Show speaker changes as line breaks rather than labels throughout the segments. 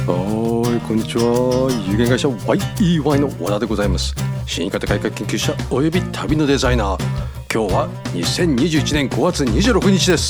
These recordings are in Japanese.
こんにちは。有限会社 YEY の和田でございます。新型改革研究者および旅のデザイナー。今日は2021年5月26日です。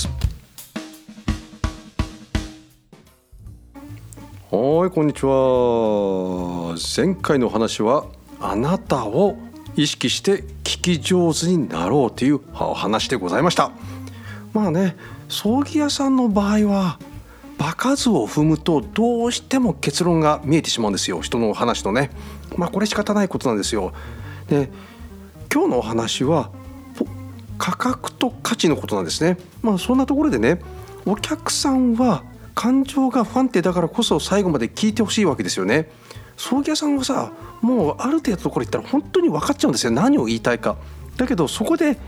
こんにちは。前回の話はあなたを意識して聞き上手になろうというお話でございました。葬儀屋さんの場合は場数を踏むとどうしても結論が見えてしまうんですよ。人の話とね。これ仕方ないことなんですよ。で、今日のお話は価格と価値のことなんですね。そんなところでね、お客さんは感情が不安定だからこそ最後まで聞いてほしいわけですよね。葬儀屋さんはさ、もうある程度のところ行ったら本当に分かっちゃうんですよ。何を言いたいか。だけどそこで、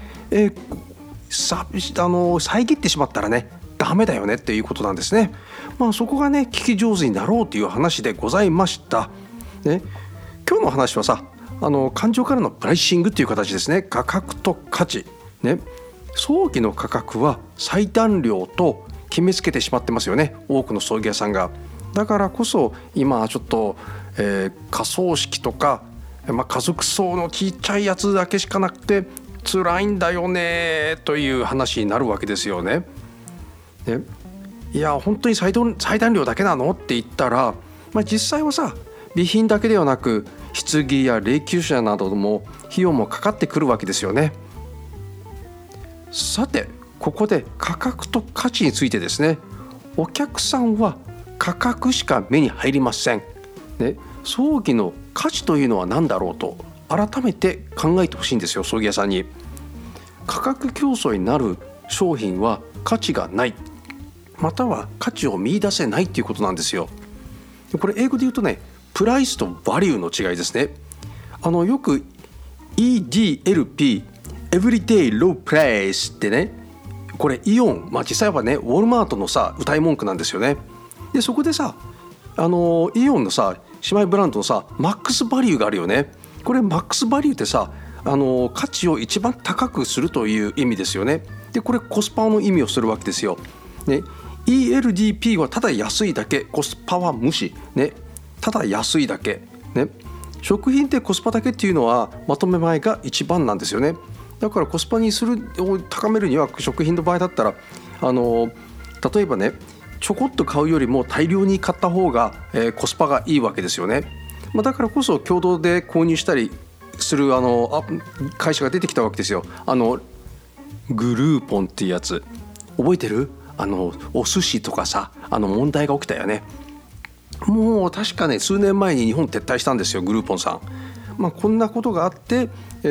遮ってしまったらね、ダメだよねっていうことなんですね。そこがね、聞き上手になろうという話でございました、ね。今日の話はさ、感情からのプライシングという形ですね。価格と価値、ね。葬儀の価格は最短料と決めつけてしまってますよね、多くの葬儀屋さんが。だからこそ今ちょっと、火葬式とか、家族葬のちっちゃいやつだけしかなくて辛いんだよねという話になるわけですよね。いや本当に最短料だけなのって言ったら、実際はさ、備品だけではなく棺や霊柩車なども費用もかかってくるわけですよね。さて、ここで価格と価値についてですね。お客さんは価格しか目に入りません、ね。葬儀の価値というのは何だろうと改めて考えてほしいんですよ、葬儀屋さんに。価格競争になる商品は価値がない、または価値を見出せないということなんですよ。これ英語で言うとね、プライスとバリューの違いですね。よく EDLP Everyday Low Price ってね、これイオン、実際はねウォルマートのさ謳い文句なんですよね。でそこでさ、イオンのさ姉妹ブランドのさマックスバリューがあるよね。これマックスバリューってさ、価値を一番高くするという意味ですよね。でこれコスパの意味をするわけですよ、ね。ELDP はただ安いだけ、コスパは無視、ね。ただ安いだけ、ね。食品ってコスパだけっていうのはまとめ前が一番なんですよね。だからコスパにするを高めるには、食品の場合だったら例えばね、ちょこっと買うよりも大量に買った方が、コスパがいいわけですよね。だからこそ共同で購入したりする会社が出てきたわけですよ。グルーポンっていうやつ覚えてる？お寿司とかさ、問題が起きたよね。もう確かね、数年前に日本撤退したんですよ、グルーポンさん。こんなことがあって、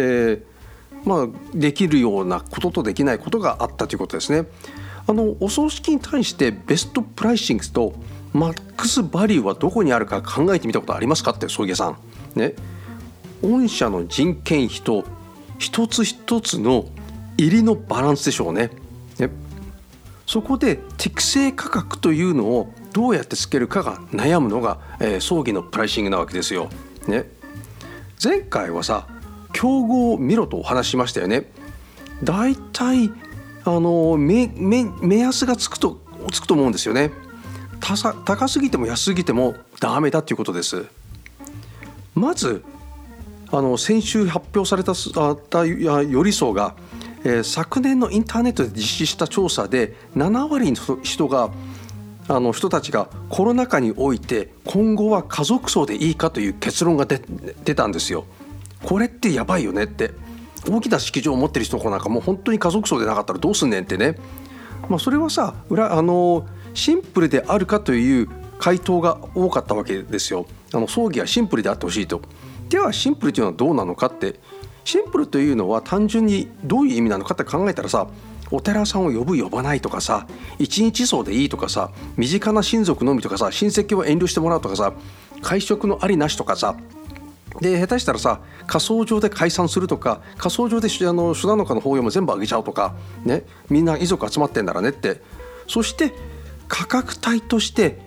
できるようなこととできないことがあったということですね。お葬式に対してベストプライシングとマックスバリューはどこにあるか考えてみたことありますかって、葬儀屋さん、ね。御社の人件費と一つ一つの入りのバランスでしょうね。そこで適正価格というのをどうやってつけるかが悩むのが、葬儀のプライシングなわけですよ、ね。前回はさ、競合を見ろとお話ししましたよね。だいたい目安がつくと思うんですよね。高すぎても安すぎてもダメだということです。まず先週発表されたよりそうが、昨年のインターネットで実施した調査で7割の人たちがコロナ禍において今後は家族葬でいいかという結論が出たんですよ。これってやばいよねって。大きな式場を持ってる人なんかもう本当に家族葬でなかったらどうすんねんってね。それはさ、シンプルであるかという回答が多かったわけですよ。葬儀はシンプルであってほしいと。ではシンプルというのはどうなのかって、シンプルというのは単純にどういう意味なのかって考えたらさ、お寺さんを呼ばないとかさ、一日葬でいいとかさ、身近な親族のみとかさ、親戚を遠慮してもらうとかさ、会食のありなしとかさ、で下手したらさ、火葬場で解散するとか、火葬場で初七日の法要も全部あげちゃうとか、ね、みんな遺族集まってんならねって。そして価格帯として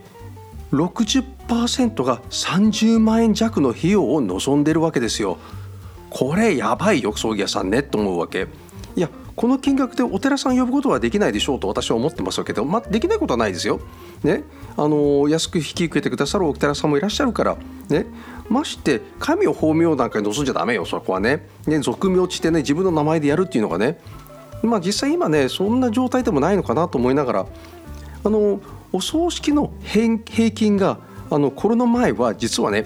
60% が30万円弱の費用を望んでるわけですよ。これやばいよ葬儀屋さんねと思うわけ。いやこの金額でお寺さん呼ぶことはできないでしょうと私は思ってますけど、できないことはないですよ、ね、安く引き受けてくださるお寺さんもいらっしゃるから、ね、まして神を法名なんかに望んじゃダメよ、そこはね。俗名地してね、自分の名前でやるっていうのがね、実際今ねそんな状態でもないのかなと思いながら、お葬式の平均がコロナ前は実はね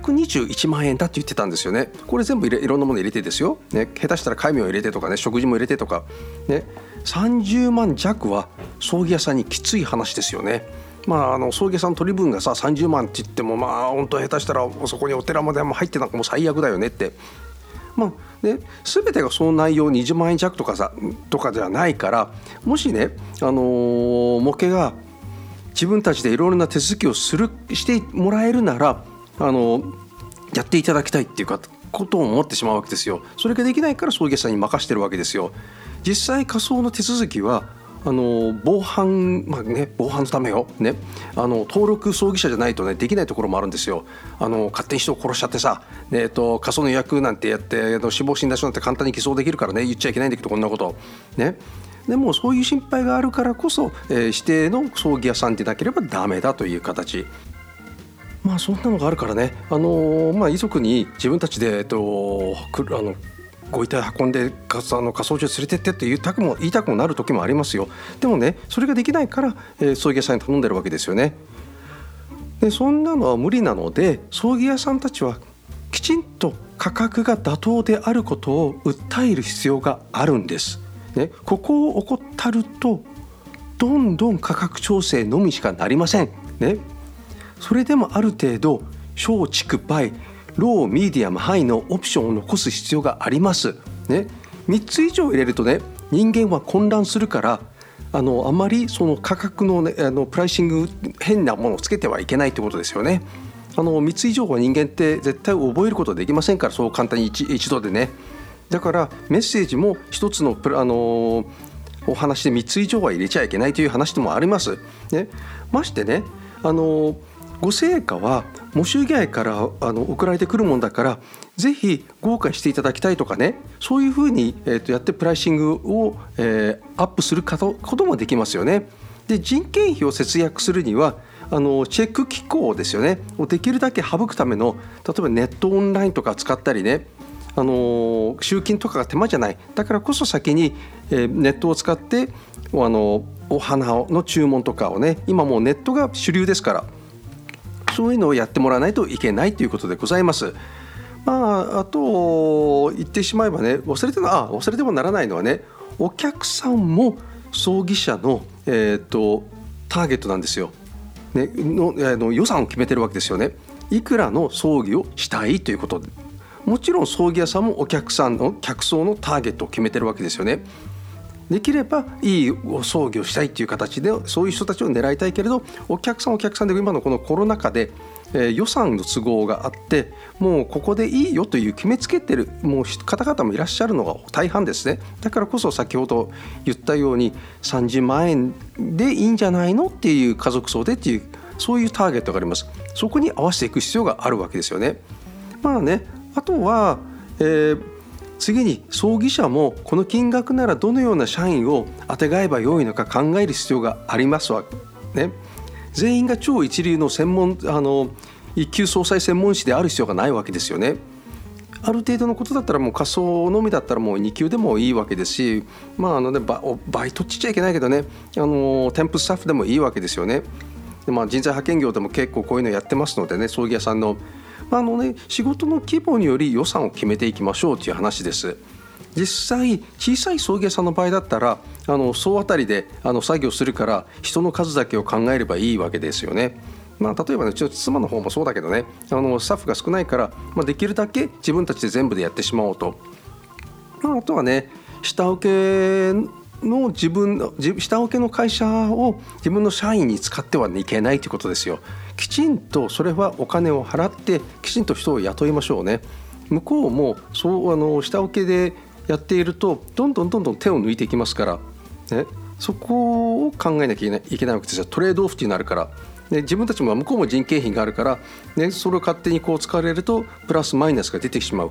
121万円だって言ってたんですよね。これ全部いろんなもの入れてですよ、ね、下手したら戒名を入れてとかね、食事も入れてとか、ね、30万弱は葬儀屋さんにきつい話ですよね。葬儀屋さんの取り分がさ30万って言っても本当下手したらそこにお寺までも入ってなんかもう最悪だよねって、全てがその内容20万円弱とかではないから、もしね、模型が自分たちでいろいろな手続きをしてもらえるならやっていただきたいっていうことを思ってしまうわけですよ。それができないから葬儀屋さんに任してるわけですよ。実際火葬の手続きは防犯防犯のためよ、ね、登録葬儀社じゃないとねできないところもあるんですよ。勝手に人を殺しちゃってさ、火葬の予約なんてやって死亡診断書なんて簡単に偽装できるからね、言っちゃいけないんだけどこんなことね。でもそういう心配があるからこそ、指定の葬儀屋さんでなければダメだという形、そんなのがあるからね、遺族に自分たちで、ご遺体運んで火葬場に連れてってって言いたくもなる時もありますよ。でもねそれができないから、葬儀屋さんに頼んでるわけですよね。でそんなのは無理なので、葬儀屋さんたちはきちんと価格が妥当であることを訴える必要があるんです、ね、ここを怠るとどんどん価格調整のみしかなりません、ね。それでもある程度小畜梅ローミディアムハイのオプションを残す必要があります、ね。3つ以上入れるとね人間は混乱するからあまりその価格の、ね、プライシング変なものをつけてはいけないということですよね。3つ以上は人間って絶対覚えることできませんから、そう簡単に 一度でね。だからメッセージも一つのお話で3つ以上は入れちゃいけないという話でもあります、ね。ましてねご成果は喪主義愛から送られてくるもんだから、ぜひ豪華にしていただきたいとかね、そういうふうに、やってプライシングを、アップすることもできますよね。で人件費を節約するにはチェック機構ですよねをできるだけ省くための、例えばネットオンラインとか使ったりね、集金とかが手間じゃない。だからこそ先に、ネットを使ってお花の注文とかをね、今もうネットが主流ですから、そういうのをやってもらわないといけないということでございます。あと言ってしまえばね、忘れてもならないのはね、お客さんも葬儀社の、ターゲットなんですよ、ね、予算を決めてるわけですよね。いくらの葬儀をしたいということで、もちろん葬儀屋さんもお客さんの客層のターゲットを決めてるわけですよね。できればいいお葬儀をしたいっていう形でそういう人たちを狙いたいけれど、お客さんで今のこのコロナ禍で、予算の都合があってもうここでいいよという決めつけてる方々もいらっしゃるのが大半ですね。だからこそ先ほど言ったように30万円でいいんじゃないのっていう家族層でっていう、そういうターゲットがあります。そこに合わせていく必要があるわけですよね。あとは、次に葬儀社もこの金額ならどのような社員をあてがえばよいのか考える必要がありますわ、ね。全員が超一流の一級葬祭専門士である必要がないわけですよね。ある程度のことだったらもう火葬のみだったらもう2級でもいいわけですし、バイトっちゃいけないけどね、添付スタッフでもいいわけですよね。で、人材派遣業でも結構こういうのやってますのでね、葬儀屋さんの仕事の規模により予算を決めていきましょうという話です。実際小さい葬儀屋さんの場合だったら総当たりで作業するから人の数だけを考えればいいわけですよね。例えばね、うちの妻の方もそうだけどね、スタッフが少ないから、できるだけ自分たちで全部でやってしまおうと。あとはね、下請けの会社を自分の社員に使ってはいけないということですよ。きちんとそれはお金を払ってきちんと人を雇いましょうね。向こうもそう下請けでやっているとどんどん手を抜いていきますから、ね、そこを考えなきゃいけないわけですよ。トレードオフっていうのがあるから、ね、自分たちも向こうも人件費があるから、ね、それを勝手に使われるとプラスマイナスが出てしまう。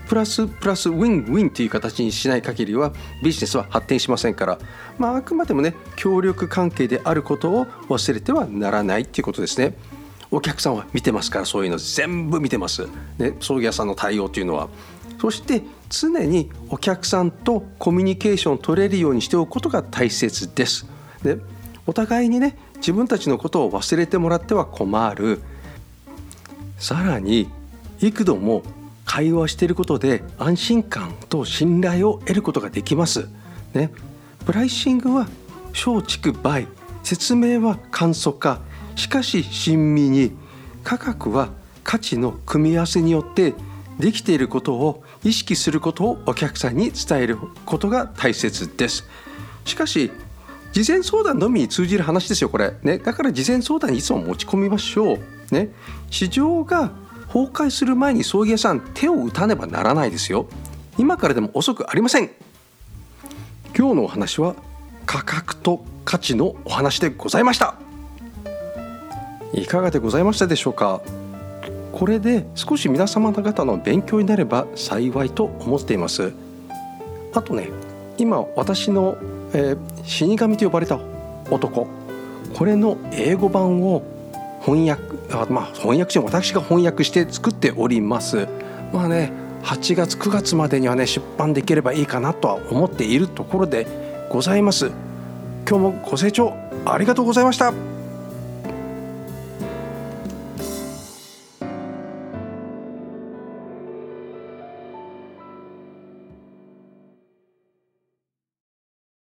プラスウィンウィンという形にしない限りはビジネスは発展しませんから、あくまでもね協力関係であることを忘れてはならないということですね。お客さんは見てますから、そういうの全部見てます、ね、葬儀屋さんの対応というのは。そして常にお客さんとコミュニケーションを取れるようにしておくことが大切です。で、お互いにね自分たちのことを忘れてもらっては困る。さらに幾度も会話していることで安心感と信頼を得ることができます、ね、プライシングは松竹梅、説明は簡素化、しかし親身に、価格は価値の組み合わせによってできていることを意識することをお客さんに伝えることが大切です。しかし事前相談のみに通じる話ですよこれ、ね、だから事前相談にいつも持ち込みましょう、ね、市場が崩壊する前に葬儀屋さん手を打たねばならないですよ。今からでも遅くありません。今日のお話は価格と価値のお話でございました。いかがでございましたでしょうか。これで少し皆様方の勉強になれば幸いと思っています。あとね、今私の、死神と呼ばれた男、これの英語版を翻訳者、私が翻訳して作っております。8月9月までにはね出版できればいいかなとは思っているところでございます。今日もご清聴ありがとうございました。